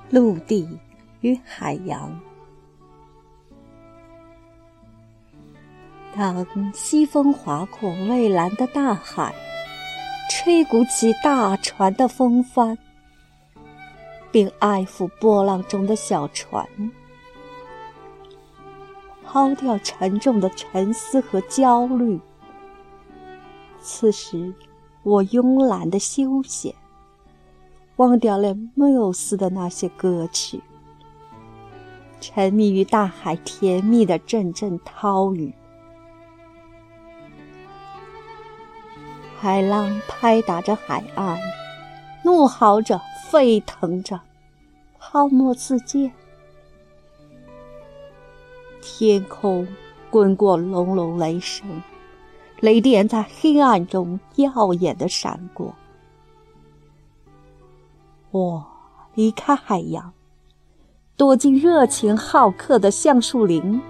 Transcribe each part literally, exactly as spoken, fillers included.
陆地与海洋。当西风划过蔚蓝的大海，吹鼓起大船的风帆，并爱抚波浪中的小船，抛掉沉重的沉思和焦虑。此时我慵懒的休闲，忘掉了缪斯的那些歌曲，沉迷于大海甜蜜的阵阵涛语。海浪拍打着海岸，怒嚎着，沸腾着，泡沫四溅。天空滚过隆隆雷声，雷电在黑暗中耀眼地闪过。我离开海洋，躲进热情好客的橡树林。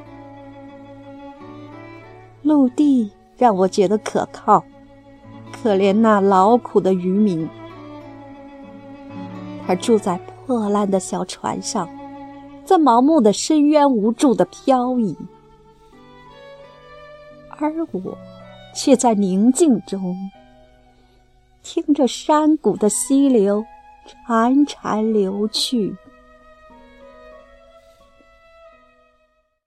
陆地让我觉得可靠，可怜那劳苦的渔民，他住在破烂的小船上，在盲目的深渊无助地漂移，而我却在宁静中听着山谷的溪流潺潺流去。